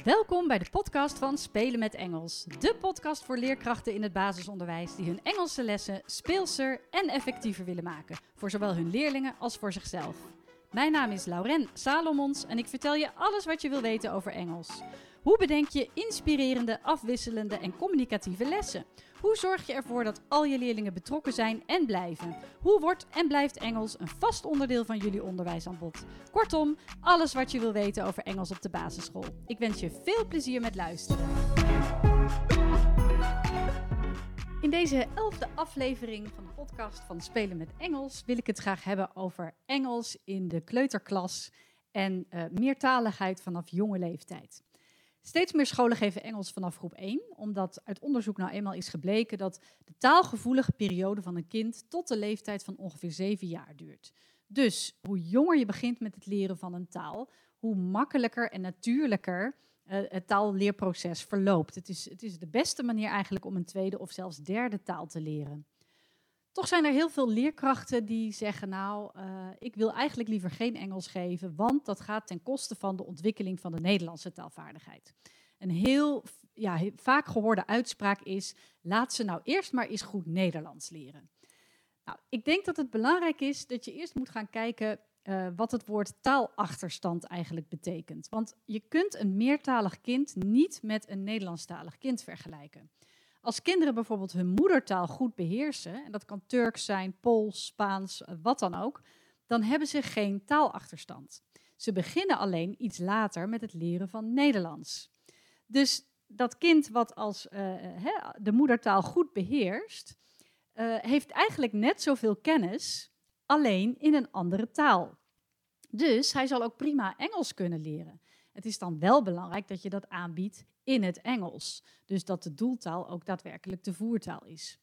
Welkom bij de podcast van Spelen met Engels. De podcast voor leerkrachten in het basisonderwijs die hun Engelse lessen speelser en effectiever willen maken. Voor zowel hun leerlingen als voor zichzelf. Mijn naam is Lauren Salomons en ik vertel je alles wat je wil weten over Engels. Hoe bedenk je inspirerende, afwisselende en communicatieve lessen? Hoe zorg je ervoor dat al je leerlingen betrokken zijn en blijven? Hoe wordt en blijft Engels een vast onderdeel van jullie onderwijsaanbod? Kortom, alles wat je wil weten over Engels op de basisschool. Ik wens je veel plezier met luisteren. In deze 11e aflevering van de podcast van Spelen met Engels wil ik het graag hebben over Engels in de kleuterklas en meertaligheid vanaf jonge leeftijd. Steeds meer scholen geven Engels vanaf groep 1, omdat uit onderzoek nou eenmaal is gebleken dat de taalgevoelige periode van een kind tot de leeftijd van ongeveer 7 jaar duurt. Dus hoe jonger je begint met het leren van een taal, hoe makkelijker en natuurlijker het taalleerproces verloopt. Het is de beste manier eigenlijk om een tweede of zelfs derde taal te leren. Toch zijn er heel veel leerkrachten die zeggen, ik wil eigenlijk liever geen Engels geven, want dat gaat ten koste van de ontwikkeling van de Nederlandse taalvaardigheid. Een heel vaak gehoorde uitspraak is, laat ze nou eerst maar eens goed Nederlands leren. Nou, ik denk dat het belangrijk is dat je eerst moet gaan kijken wat het woord taalachterstand eigenlijk betekent. Want je kunt een meertalig kind niet met een Nederlandstalig kind vergelijken. Als kinderen bijvoorbeeld hun moedertaal goed beheersen, en dat kan Turks zijn, Pools, Spaans, wat dan ook, dan hebben ze geen taalachterstand. Ze beginnen alleen iets later met het leren van Nederlands. Dus dat kind wat als de moedertaal goed beheerst, heeft eigenlijk net zoveel kennis, alleen in een andere taal. Dus hij zal ook prima Engels kunnen leren. Het is dan wel belangrijk dat je dat aanbiedt in het Engels. Dus dat de doeltaal ook daadwerkelijk de voertaal is.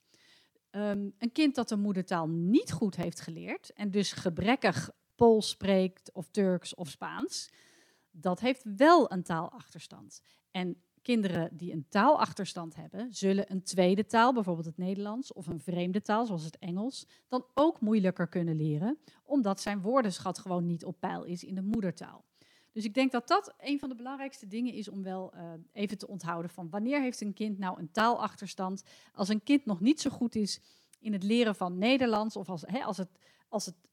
Een kind dat de moedertaal niet goed heeft geleerd en dus gebrekkig Pools spreekt of Turks of Spaans, dat heeft wel een taalachterstand. En kinderen die een taalachterstand hebben, zullen een tweede taal, bijvoorbeeld het Nederlands, of een vreemde taal, zoals het Engels, dan ook moeilijker kunnen leren, omdat zijn woordenschat gewoon niet op peil is in de moedertaal. Dus ik denk dat dat een van de belangrijkste dingen is om wel even te onthouden van wanneer heeft een kind nou een taalachterstand. Als een kind nog niet zo goed is in het leren van Nederlands of als het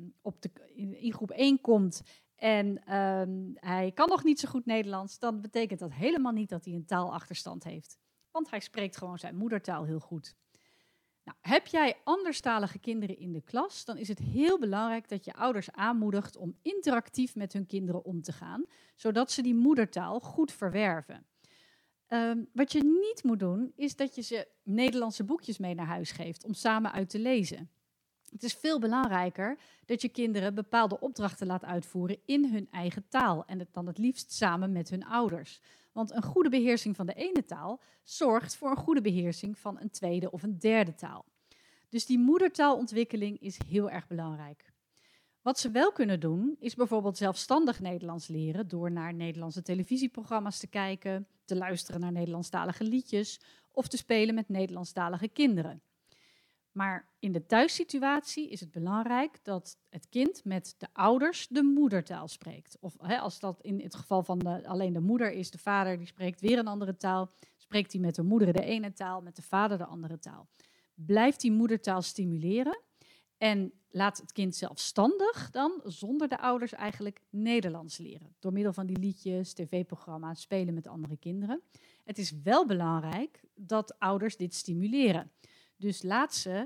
in groep 1 komt en hij kan nog niet zo goed Nederlands, dan betekent dat helemaal niet dat hij een taalachterstand heeft. Want hij spreekt gewoon zijn moedertaal heel goed. Nou, heb jij anderstalige kinderen in de klas, dan is het heel belangrijk dat je ouders aanmoedigt om interactief met hun kinderen om te gaan, zodat ze die moedertaal goed verwerven. Wat je niet moet doen, is dat je ze Nederlandse boekjes mee naar huis geeft om samen uit te lezen. Het is veel belangrijker dat je kinderen bepaalde opdrachten laat uitvoeren in hun eigen taal en dan het liefst samen met hun ouders. Want een goede beheersing van de ene taal zorgt voor een goede beheersing van een tweede of een derde taal. Dus die moedertaalontwikkeling is heel erg belangrijk. Wat ze wel kunnen doen, is bijvoorbeeld zelfstandig Nederlands leren door naar Nederlandse televisieprogramma's te kijken, te luisteren naar Nederlandstalige liedjes of te spelen met Nederlandstalige kinderen. Maar in de thuissituatie is het belangrijk dat het kind met de ouders de moedertaal spreekt. Of als dat in het geval van alleen de moeder is, de vader die spreekt weer een andere taal, spreekt hij met de moeder de ene taal, met de vader de andere taal. Blijft die moedertaal stimuleren en laat het kind zelfstandig dan, zonder de ouders eigenlijk, Nederlands leren. Door middel van die liedjes, tv-programma's, spelen met andere kinderen. Het is wel belangrijk dat ouders dit stimuleren. Dus laat ze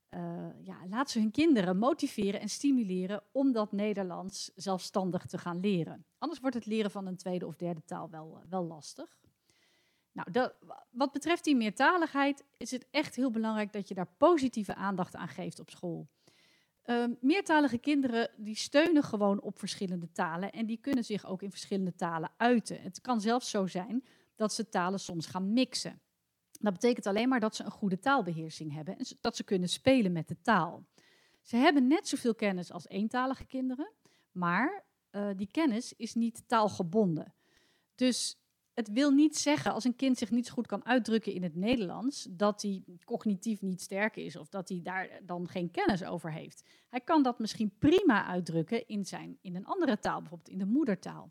hun kinderen motiveren en stimuleren om dat Nederlands zelfstandig te gaan leren. Anders wordt het leren van een tweede of derde taal wel lastig. Nou, wat betreft die meertaligheid is het echt heel belangrijk dat je daar positieve aandacht aan geeft op school. Meertalige kinderen die steunen gewoon op verschillende talen en die kunnen zich ook in verschillende talen uiten. Het kan zelfs zo zijn dat ze talen soms gaan mixen. Dat betekent alleen maar dat ze een goede taalbeheersing hebben en dat ze kunnen spelen met de taal. Ze hebben net zoveel kennis als eentalige kinderen, maar die kennis is niet taalgebonden. Dus het wil niet zeggen, als een kind zich niet zo goed kan uitdrukken in het Nederlands, dat hij cognitief niet sterk is of dat hij daar dan geen kennis over heeft. Hij kan dat misschien prima uitdrukken in een andere taal, bijvoorbeeld in de moedertaal.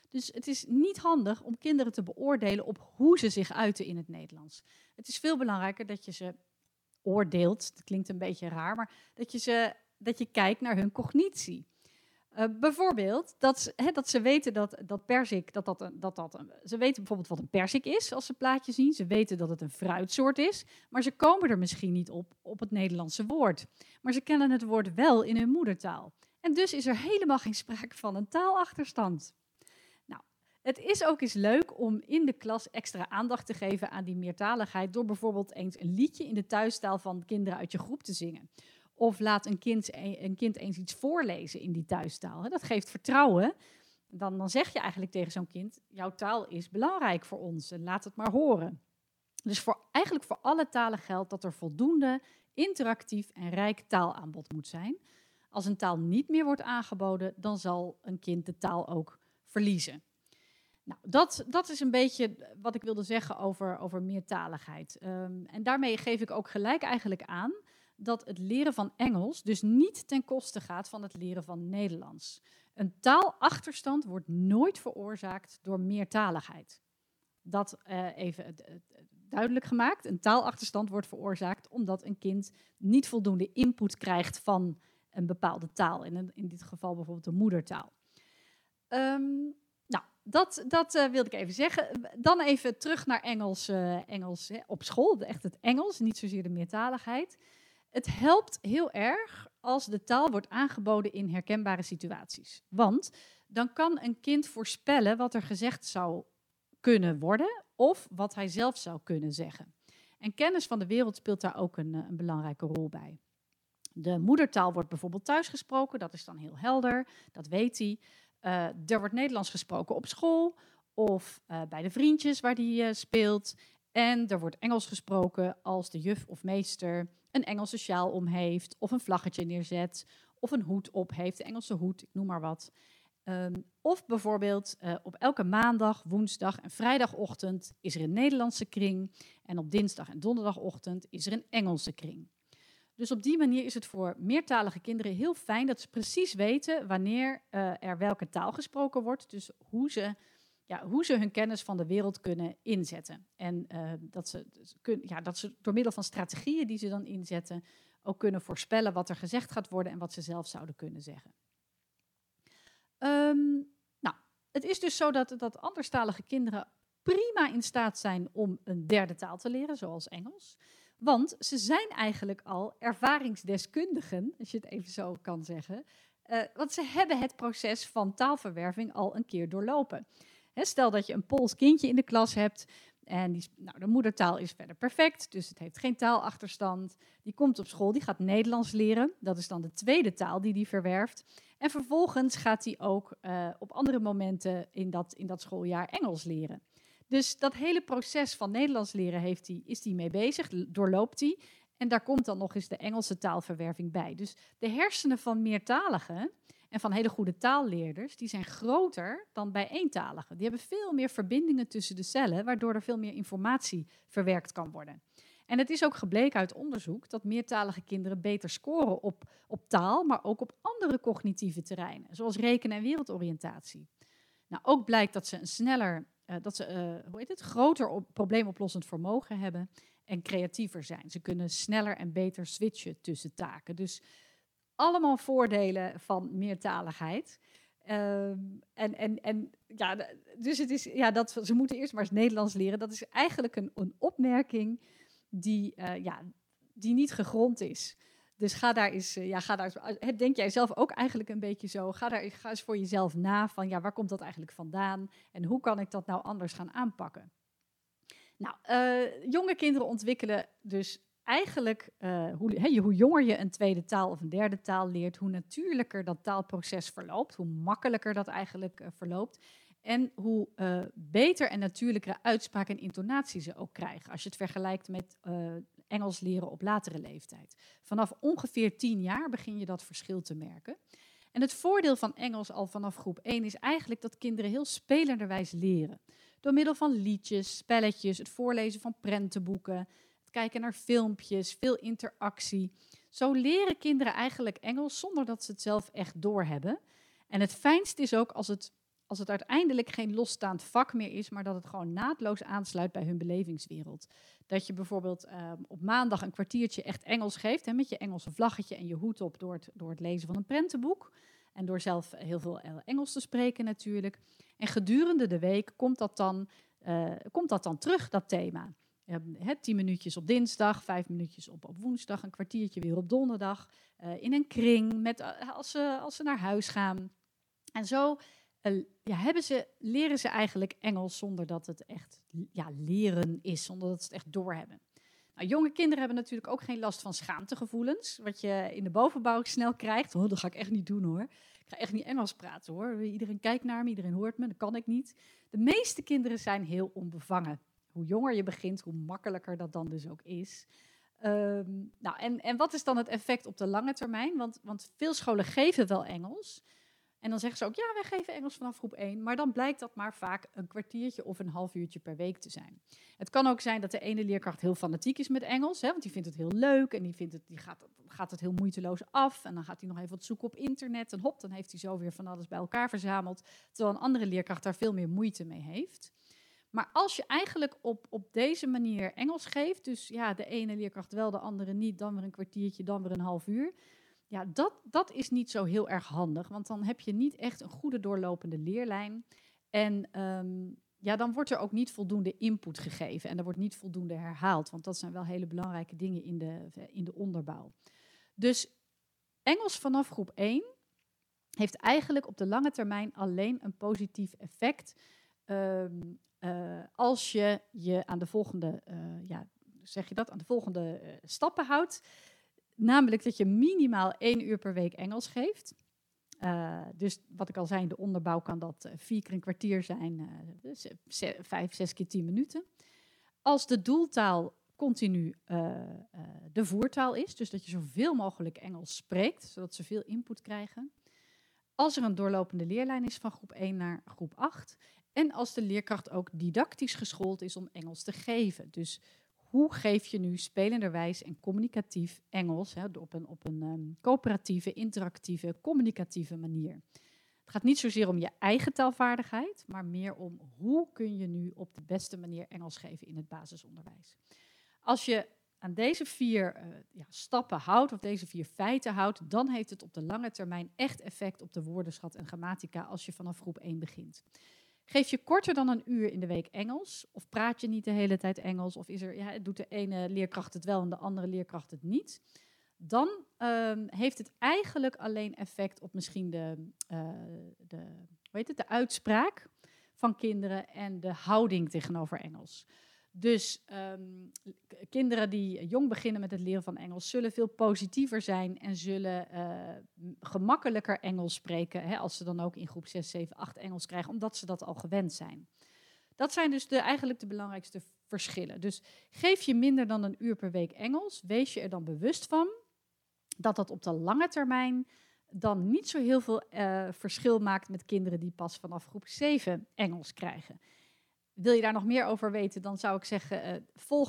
Dus het is niet handig om kinderen te beoordelen op hoe ze zich uiten in het Nederlands. Het is veel belangrijker dat je ze oordeelt, dat klinkt een beetje raar, maar dat je kijkt naar hun cognitie. Bijvoorbeeld dat ze weten dat persik, ze weten bijvoorbeeld wat een persik is als ze het plaatje zien. Ze weten dat het een fruitsoort is, maar ze komen er misschien niet op het Nederlandse woord. Maar ze kennen het woord wel in hun moedertaal. En dus is er helemaal geen sprake van een taalachterstand. Nou, het is ook eens leuk om in de klas extra aandacht te geven aan die meertaligheid door bijvoorbeeld eens een liedje in de thuistaal van kinderen uit je groep te zingen. Of laat een kind eens iets voorlezen in die thuistaal. Dat geeft vertrouwen. Dan zeg je eigenlijk tegen zo'n kind, jouw taal is belangrijk voor ons en laat het maar horen. Dus eigenlijk voor alle talen geldt dat er voldoende interactief en rijk taalaanbod moet zijn. Als een taal niet meer wordt aangeboden, dan zal een kind de taal ook verliezen. Nou, dat is een beetje wat ik wilde zeggen over meertaligheid. En daarmee geef ik ook gelijk eigenlijk aan dat het leren van Engels dus niet ten koste gaat van het leren van Nederlands. Een taalachterstand wordt nooit veroorzaakt door meertaligheid. Dat even duidelijk gemaakt. Een taalachterstand wordt veroorzaakt omdat een kind niet voldoende input krijgt van een bepaalde taal. In dit geval bijvoorbeeld de moedertaal. Dat wilde ik even zeggen. Dan even terug naar Engels op school. Echt het Engels, niet zozeer de meertaligheid. Het helpt heel erg als de taal wordt aangeboden in herkenbare situaties. Want dan kan een kind voorspellen wat er gezegd zou kunnen worden of wat hij zelf zou kunnen zeggen. En kennis van de wereld speelt daar ook een belangrijke rol bij. De moedertaal wordt bijvoorbeeld thuis gesproken, dat is dan heel helder, dat weet hij. Er wordt Nederlands gesproken op school of bij de vriendjes waar hij speelt. En er wordt Engels gesproken als de juf of meester een Engelse sjaal om heeft of een vlaggetje neerzet of een hoed op heeft, de Engelse hoed, ik noem maar wat. Of bijvoorbeeld op elke maandag, woensdag en vrijdagochtend is er een Nederlandse kring en op dinsdag en donderdagochtend is er een Engelse kring. Dus op die manier is het voor meertalige kinderen heel fijn dat ze precies weten wanneer er welke taal gesproken wordt. Dus hoe ze hun kennis van de wereld kunnen inzetten. En dat ze door middel van strategieën die ze dan inzetten ook kunnen voorspellen wat er gezegd gaat worden en wat ze zelf zouden kunnen zeggen. Het is dus zo dat anderstalige kinderen prima in staat zijn om een derde taal te leren, zoals Engels. Want ze zijn eigenlijk al ervaringsdeskundigen, als je het even zo kan zeggen. Want ze hebben het proces van taalverwerving al een keer doorlopen. Stel dat je een Pools kindje in de klas hebt en de moedertaal is verder perfect, dus het heeft geen taalachterstand. Die komt op school, die gaat Nederlands leren. Dat is dan de tweede taal die verwerft. En vervolgens gaat hij ook op andere momenten in dat schooljaar Engels leren. Dus dat hele proces van Nederlands leren is hij mee bezig, doorloopt hij. En daar komt dan nog eens de Engelse taalverwerving bij. Dus de hersenen van meertaligen en van hele goede taalleerders, die zijn groter dan bij eentaligen. Die hebben veel meer verbindingen tussen de cellen, waardoor er veel meer informatie verwerkt kan worden. En het is ook gebleken uit onderzoek dat meertalige kinderen beter scoren op taal, maar ook op andere cognitieve terreinen, zoals rekenen en wereldoriëntatie. Nou, ook blijkt dat ze groter probleemoplossend vermogen hebben en creatiever zijn. Ze kunnen sneller en beter switchen tussen taken. Dus allemaal voordelen van meertaligheid. Dus het is, ze moeten eerst maar eens Nederlands leren. Dat is eigenlijk een opmerking die niet gegrond is. Dus ga daar eens, denk jij zelf ook eigenlijk een beetje zo? Ga eens voor jezelf na van, waar komt dat eigenlijk vandaan? En hoe kan ik dat nou anders gaan aanpakken? Nou, jonge kinderen ontwikkelen dus eigenlijk, hoe jonger je een tweede taal of een derde taal leert, hoe natuurlijker dat taalproces verloopt, hoe makkelijker dat eigenlijk verloopt. En hoe beter en natuurlijkere uitspraak en intonatie ze ook krijgen. Als je het vergelijkt met Engels leren op latere leeftijd. Vanaf ongeveer 10 jaar begin je dat verschil te merken. En het voordeel van Engels al vanaf groep 1 is eigenlijk dat kinderen heel spelenderwijs leren. Door middel van liedjes, spelletjes, het voorlezen van prentenboeken, het kijken naar filmpjes, veel interactie. Zo leren kinderen eigenlijk Engels zonder dat ze het zelf echt doorhebben. En het fijnst is ook als het als het uiteindelijk geen losstaand vak meer is, maar dat het gewoon naadloos aansluit bij hun belevingswereld. Dat je bijvoorbeeld op maandag een kwartiertje echt Engels geeft, hè, met je Engelse vlaggetje en je hoed op door het lezen van een prentenboek. En door zelf heel veel Engels te spreken natuurlijk. En gedurende de week komt dat dan terug, dat thema. 10 minuutjes op dinsdag, 5 minuutjes op woensdag, een kwartiertje weer op donderdag. In een kring, als ze naar huis gaan. En zo leren ze eigenlijk Engels zonder dat het echt leren is, zonder dat ze het echt doorhebben. Nou, jonge kinderen hebben natuurlijk ook geen last van schaamtegevoelens, wat je in de bovenbouw snel krijgt. Oh, dat ga ik echt niet doen hoor. Ik ga echt niet Engels praten hoor. Iedereen kijkt naar me, iedereen hoort me, dat kan ik niet. De meeste kinderen zijn heel onbevangen. Hoe jonger je begint, hoe makkelijker dat dan dus ook is. En wat is dan het effect op de lange termijn? Want veel scholen geven wel Engels. En dan zeggen ze ook, ja, wij geven Engels vanaf groep 1. Maar dan blijkt dat maar vaak een kwartiertje of een half uurtje per week te zijn. Het kan ook zijn dat de ene leerkracht heel fanatiek is met Engels. Want die vindt het heel leuk en die gaat het heel moeiteloos af. En dan gaat hij nog even wat zoeken op internet. En hop, dan heeft hij zo weer van alles bij elkaar verzameld. Terwijl een andere leerkracht daar veel meer moeite mee heeft. Maar als je eigenlijk op deze manier Engels geeft, dus ja, de ene leerkracht wel, de andere niet, dan weer een kwartiertje, dan weer een half uur. Ja, dat is niet zo heel erg handig, want dan heb je niet echt een goede doorlopende leerlijn. En dan wordt er ook niet voldoende input gegeven en er wordt niet voldoende herhaald, want dat zijn wel hele belangrijke dingen in de onderbouw. Dus Engels vanaf groep 1 heeft eigenlijk op de lange termijn alleen een positief effect als je aan de volgende, aan de volgende stappen houdt. Namelijk dat je minimaal 1 uur per week Engels geeft. Dus wat ik al zei, in de onderbouw kan dat 4 keer een kwartier zijn, 5, 6 keer 10 minuten. Als de doeltaal continu de voertaal is, dus dat je zoveel mogelijk Engels spreekt, zodat ze veel input krijgen. Als er een doorlopende leerlijn is van groep 1 naar groep 8. En als de leerkracht ook didactisch geschoold is om Engels te geven. Dus hoe geef je nu spelenderwijs en communicatief Engels op een coöperatieve, interactieve, communicatieve manier. Het gaat niet zozeer om je eigen taalvaardigheid, maar meer om hoe kun je nu op de beste manier Engels geven in het basisonderwijs. Als je aan deze 4 stappen houdt, of deze 4 feiten houdt, dan heeft het op de lange termijn echt effect op de woordenschat en grammatica als je vanaf groep 1 begint. Geef je korter dan een uur in de week Engels, of praat je niet de hele tijd Engels, of doet de ene leerkracht het wel en de andere leerkracht het niet, dan heeft het eigenlijk alleen effect op misschien de uitspraak van kinderen en de houding tegenover Engels. Dus kinderen die jong beginnen met het leren van Engels zullen veel positiever zijn en zullen gemakkelijker Engels spreken, als ze dan ook in groep 6, 7, 8 Engels krijgen, omdat ze dat al gewend zijn. Dat zijn dus eigenlijk de belangrijkste verschillen. Dus geef je minder dan een uur per week Engels, wees je er dan bewust van dat dat op de lange termijn dan niet zo heel veel verschil maakt met kinderen die pas vanaf groep 7 Engels krijgen. Wil je daar nog meer over weten, dan zou ik zeggen,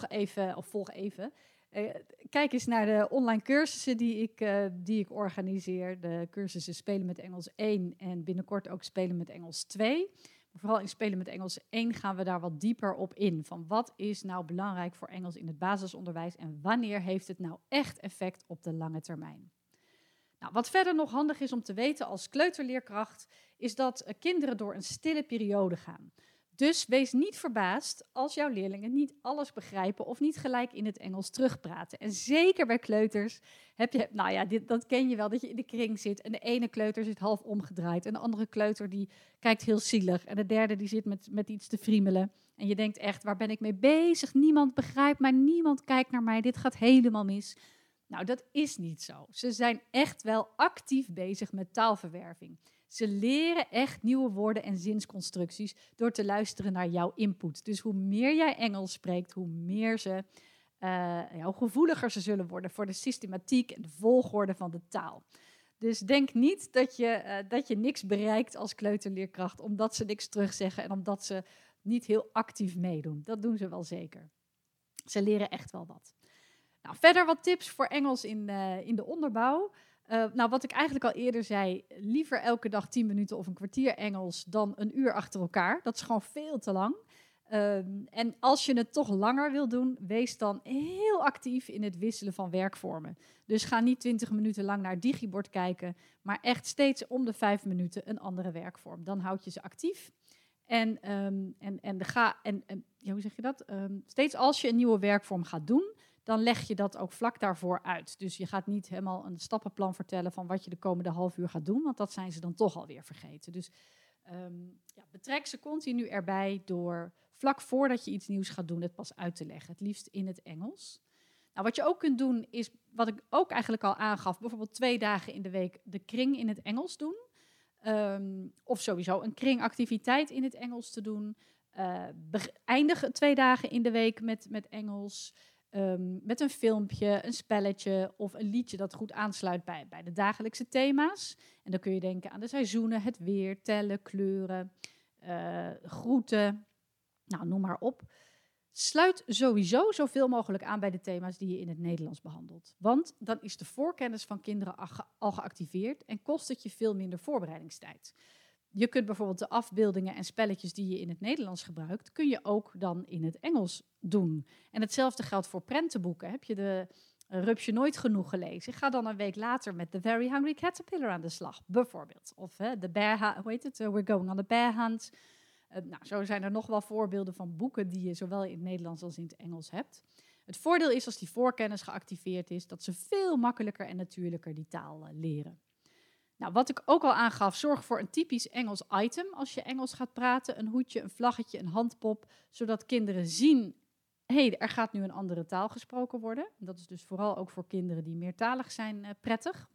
kijk eens naar de online cursussen die ik organiseer. De cursussen Spelen met Engels 1 en binnenkort ook Spelen met Engels 2. Maar vooral in Spelen met Engels 1 gaan we daar wat dieper op in. Van wat is nou belangrijk voor Engels in het basisonderwijs en wanneer heeft het nou echt effect op de lange termijn? Nou, wat verder nog handig is om te weten als kleuterleerkracht, is dat kinderen door een stille periode gaan. Dus wees niet verbaasd als jouw leerlingen niet alles begrijpen of niet gelijk in het Engels terugpraten. En zeker bij kleuters dat ken je wel, dat je in de kring zit en de ene kleuter zit half omgedraaid en de andere kleuter die kijkt heel zielig en de derde die zit met iets te friemelen. En je denkt echt, waar ben ik mee bezig? Niemand begrijpt mij, niemand kijkt naar mij, dit gaat helemaal mis. Nou, dat is niet zo. Ze zijn echt wel actief bezig met taalverwerving. Ze leren echt nieuwe woorden en zinsconstructies door te luisteren naar jouw input. Dus hoe meer jij Engels spreekt, hoe gevoeliger ze zullen worden voor de systematiek en de volgorde van de taal. Dus denk niet dat je niks bereikt als kleuterleerkracht omdat ze niks terugzeggen en omdat ze niet heel actief meedoen. Dat doen ze wel zeker. Ze leren echt wel wat. Nou, verder wat tips voor Engels in de onderbouw. Nou, wat ik eigenlijk al eerder zei, liever elke dag 10 minuten of een kwartier Engels dan een uur achter elkaar. Dat is gewoon veel te lang. En als je het toch langer wil doen, wees dan heel actief in het wisselen van werkvormen. Dus ga niet 20 minuten lang naar het digibord kijken, maar echt steeds om de 5 minuten een andere werkvorm. Dan houd je ze actief. Hoe zeg je dat? Steeds als je een nieuwe werkvorm gaat doen, dan leg je dat ook vlak daarvoor uit. Dus je gaat niet helemaal een stappenplan vertellen van wat je de komende half uur gaat doen, want dat zijn ze dan toch alweer vergeten. Dus betrek ze continu erbij door vlak voordat je iets nieuws gaat doen het pas uit te leggen. Het liefst in het Engels. Nou, wat je ook kunt doen is, wat ik ook eigenlijk al aangaf, bijvoorbeeld 2 dagen in de week de kring in het Engels doen. Of sowieso een kringactiviteit in het Engels te doen. Eindig 2 dagen in de week met Engels. Met een filmpje, een spelletje of een liedje dat goed aansluit bij de dagelijkse thema's. En dan kun je denken aan de seizoenen, het weer, tellen, kleuren, groeten. Nou, noem maar op. Sluit sowieso zoveel mogelijk aan bij de thema's die je in het Nederlands behandelt. Want dan is de voorkennis van kinderen al geactiveerd en kost het je veel minder voorbereidingstijd. Je kunt bijvoorbeeld de afbeeldingen en spelletjes die je in het Nederlands gebruikt, kun je ook dan in het Engels doen. En hetzelfde geldt voor prentenboeken. Heb je de Rupsje nooit genoeg gelezen? Ga dan een week later met The Very Hungry Caterpillar aan de slag, bijvoorbeeld. Of We're Going on a Bear Hunt. Zo zijn er nog wel voorbeelden van boeken die je zowel in het Nederlands als in het Engels hebt. Het voordeel is als die voorkennis geactiveerd is, dat ze veel makkelijker en natuurlijker die taal leren. Nou, wat ik ook al aangaf, zorg voor een typisch Engels item als je Engels gaat praten. Een hoedje, een vlaggetje, een handpop, zodat kinderen zien, er gaat nu een andere taal gesproken worden. Dat is dus vooral ook voor kinderen die meertalig zijn prettig.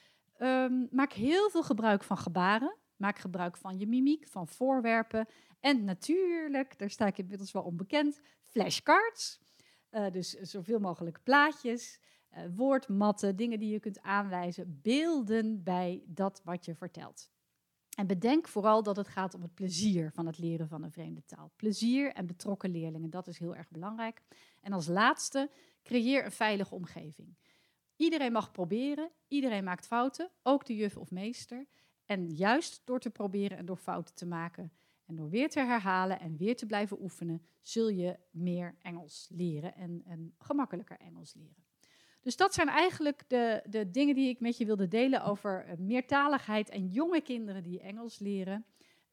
Maak heel veel gebruik van gebaren. Maak gebruik van je mimiek, van voorwerpen. En natuurlijk, daar sta ik inmiddels wel onbekend, flashcards. Dus zoveel mogelijk plaatjes, woordmatten, dingen die je kunt aanwijzen, beelden bij dat wat je vertelt. En bedenk vooral dat het gaat om het plezier van het leren van een vreemde taal. Plezier en betrokken leerlingen, dat is heel erg belangrijk. En als laatste, creëer een veilige omgeving. Iedereen mag proberen, iedereen maakt fouten, ook de juf of meester. En juist door te proberen en door fouten te maken en door weer te herhalen en weer te blijven oefenen, zul je meer Engels leren en gemakkelijker Engels leren. Dus dat zijn eigenlijk de dingen die ik met je wilde delen over meertaligheid en jonge kinderen die Engels leren.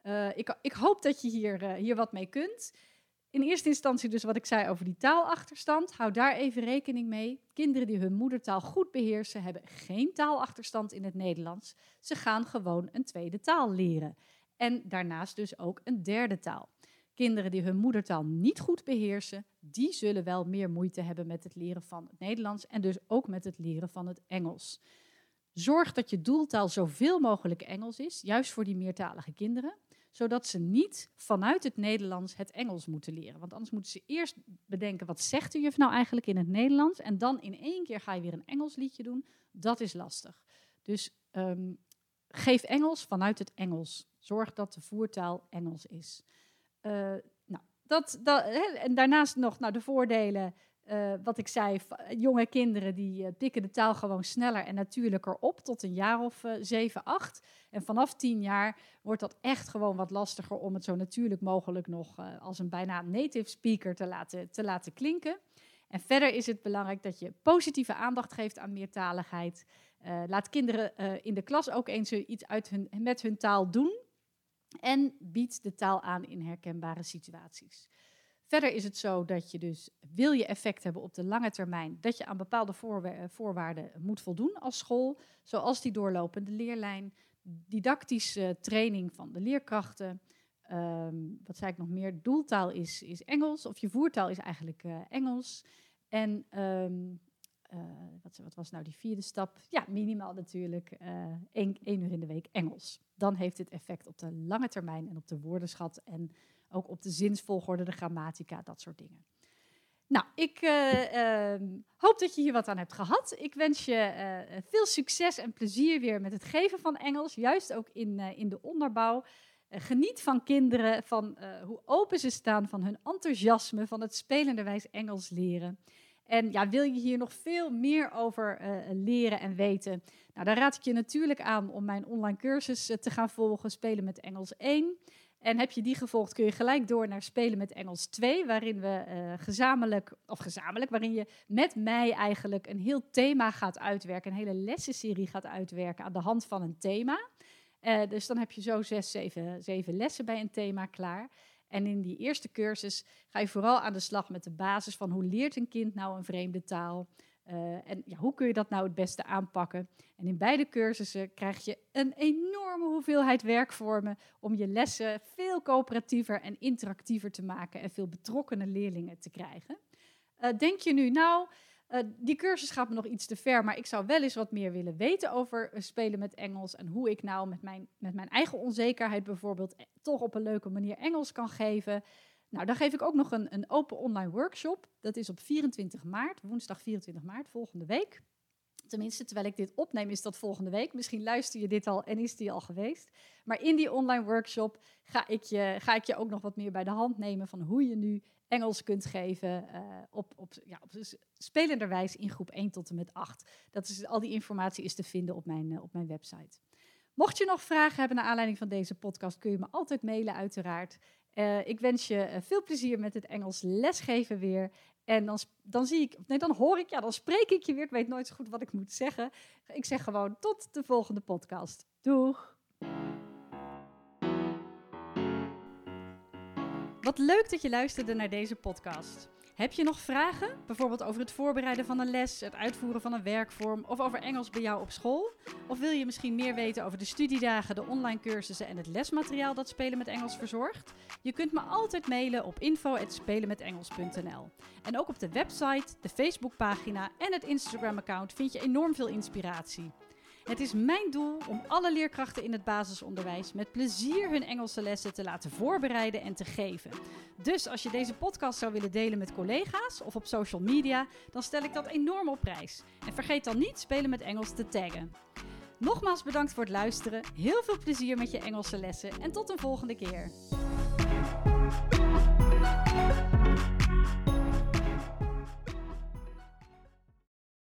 Ik hoop dat je hier wat mee kunt. In eerste instantie dus wat ik zei over die taalachterstand. Hou daar even rekening mee. Kinderen die hun moedertaal goed beheersen, hebben geen taalachterstand in het Nederlands. Ze gaan gewoon een tweede taal leren. En daarnaast dus ook een derde taal. Kinderen die hun moedertaal niet goed beheersen, die zullen wel meer moeite hebben met het leren van het Nederlands en dus ook met het leren van het Engels. Zorg dat je doeltaal zoveel mogelijk Engels is, juist voor die meertalige kinderen, zodat ze niet vanuit het Nederlands het Engels moeten leren. Want anders moeten ze eerst bedenken, wat zegt de juf nou eigenlijk in het Nederlands? En dan in één keer ga je weer een Engels liedje doen. Dat is lastig. Dus geef Engels vanuit het Engels. Zorg dat de voertaal Engels is. En daarnaast nog de voordelen, wat ik zei, jonge kinderen die pikken de taal gewoon sneller en natuurlijker op tot een jaar of 7, 8. En vanaf 10 jaar wordt dat echt gewoon wat lastiger om het zo natuurlijk mogelijk nog als een bijna native speaker te laten klinken. En verder is het belangrijk dat je positieve aandacht geeft aan meertaligheid. Laat kinderen in de klas ook eens iets met hun taal doen. En biedt de taal aan in herkenbare situaties. Verder is het zo dat je dus, wil je effect hebben op de lange termijn, dat je aan bepaalde voorwaarden moet voldoen als school, zoals die doorlopende leerlijn, didactische training van de leerkrachten, wat zei ik nog meer, doeltaal is Engels, of je voertaal is eigenlijk Engels. En wat was nou die 4e stap? Ja, minimaal natuurlijk 1 uur in de week Engels. Dan heeft dit effect op de lange termijn en op de woordenschat en ook op de zinsvolgorde, de grammatica, dat soort dingen. Nou, ik hoop dat je hier wat aan hebt gehad. Ik wens je veel succes en plezier weer met het geven van Engels, juist ook in de onderbouw. Geniet van kinderen, van hoe open ze staan, van hun enthousiasme, van het spelenderwijs Engels leren. En ja, wil je hier nog veel meer over leren en weten? Nou, dan raad ik je natuurlijk aan om mijn online cursus te gaan volgen, Spelen met Engels 1. En heb je die gevolgd, kun je gelijk door naar Spelen met Engels 2, waarin we waarin je met mij eigenlijk een heel thema gaat uitwerken, een hele lessenserie gaat uitwerken aan de hand van een thema. Dus dan heb je zo 6, 7 lessen bij een thema klaar. En in die eerste cursus ga je vooral aan de slag met de basis van hoe leert een kind nou een vreemde taal? En ja, hoe kun je dat nou het beste aanpakken? En in beide cursussen krijg je een enorme hoeveelheid werkvormen om je lessen veel coöperatiever en interactiever te maken en veel betrokkenen leerlingen te krijgen. Denk je nu, die cursus gaat me nog iets te ver, maar ik zou wel eens wat meer willen weten over spelen met Engels en hoe ik nou met mijn eigen onzekerheid bijvoorbeeld toch op een leuke manier Engels kan geven. Nou, dan geef ik ook nog een open online workshop. Dat is op 24 maart, woensdag 24 maart, volgende week. Tenminste, terwijl ik dit opneem, is dat volgende week. Misschien luister je dit al en is die al geweest. Maar in die online workshop ga ik je ook nog wat meer bij de hand nemen van hoe je nu Engels kunt geven op spelenderwijs in groep 1 tot en met 8. Al die informatie is te vinden op mijn website. Mocht je nog vragen hebben naar aanleiding van deze podcast, kun je me altijd mailen uiteraard. Ik wens je veel plezier met het Engels lesgeven weer. En dan spreek ik je weer. Ik weet nooit zo goed wat ik moet zeggen. Ik zeg gewoon tot de volgende podcast. Doeg! Wat leuk dat je luisterde naar deze podcast. Heb je nog vragen? Bijvoorbeeld over het voorbereiden van een les, het uitvoeren van een werkvorm of over Engels bij jou op school? Of wil je misschien meer weten over de studiedagen, de online cursussen en het lesmateriaal dat Spelen met Engels verzorgt? Je kunt me altijd mailen op info@spelenmetengels.nl. En ook op de website, de Facebookpagina en het Instagram-account vind je enorm veel inspiratie. Het is mijn doel om alle leerkrachten in het basisonderwijs met plezier hun Engelse lessen te laten voorbereiden en te geven. Dus als je deze podcast zou willen delen met collega's of op social media, dan stel ik dat enorm op prijs. En vergeet dan niet Spelen met Engels te taggen. Nogmaals bedankt voor het luisteren, heel veel plezier met je Engelse lessen en tot een volgende keer.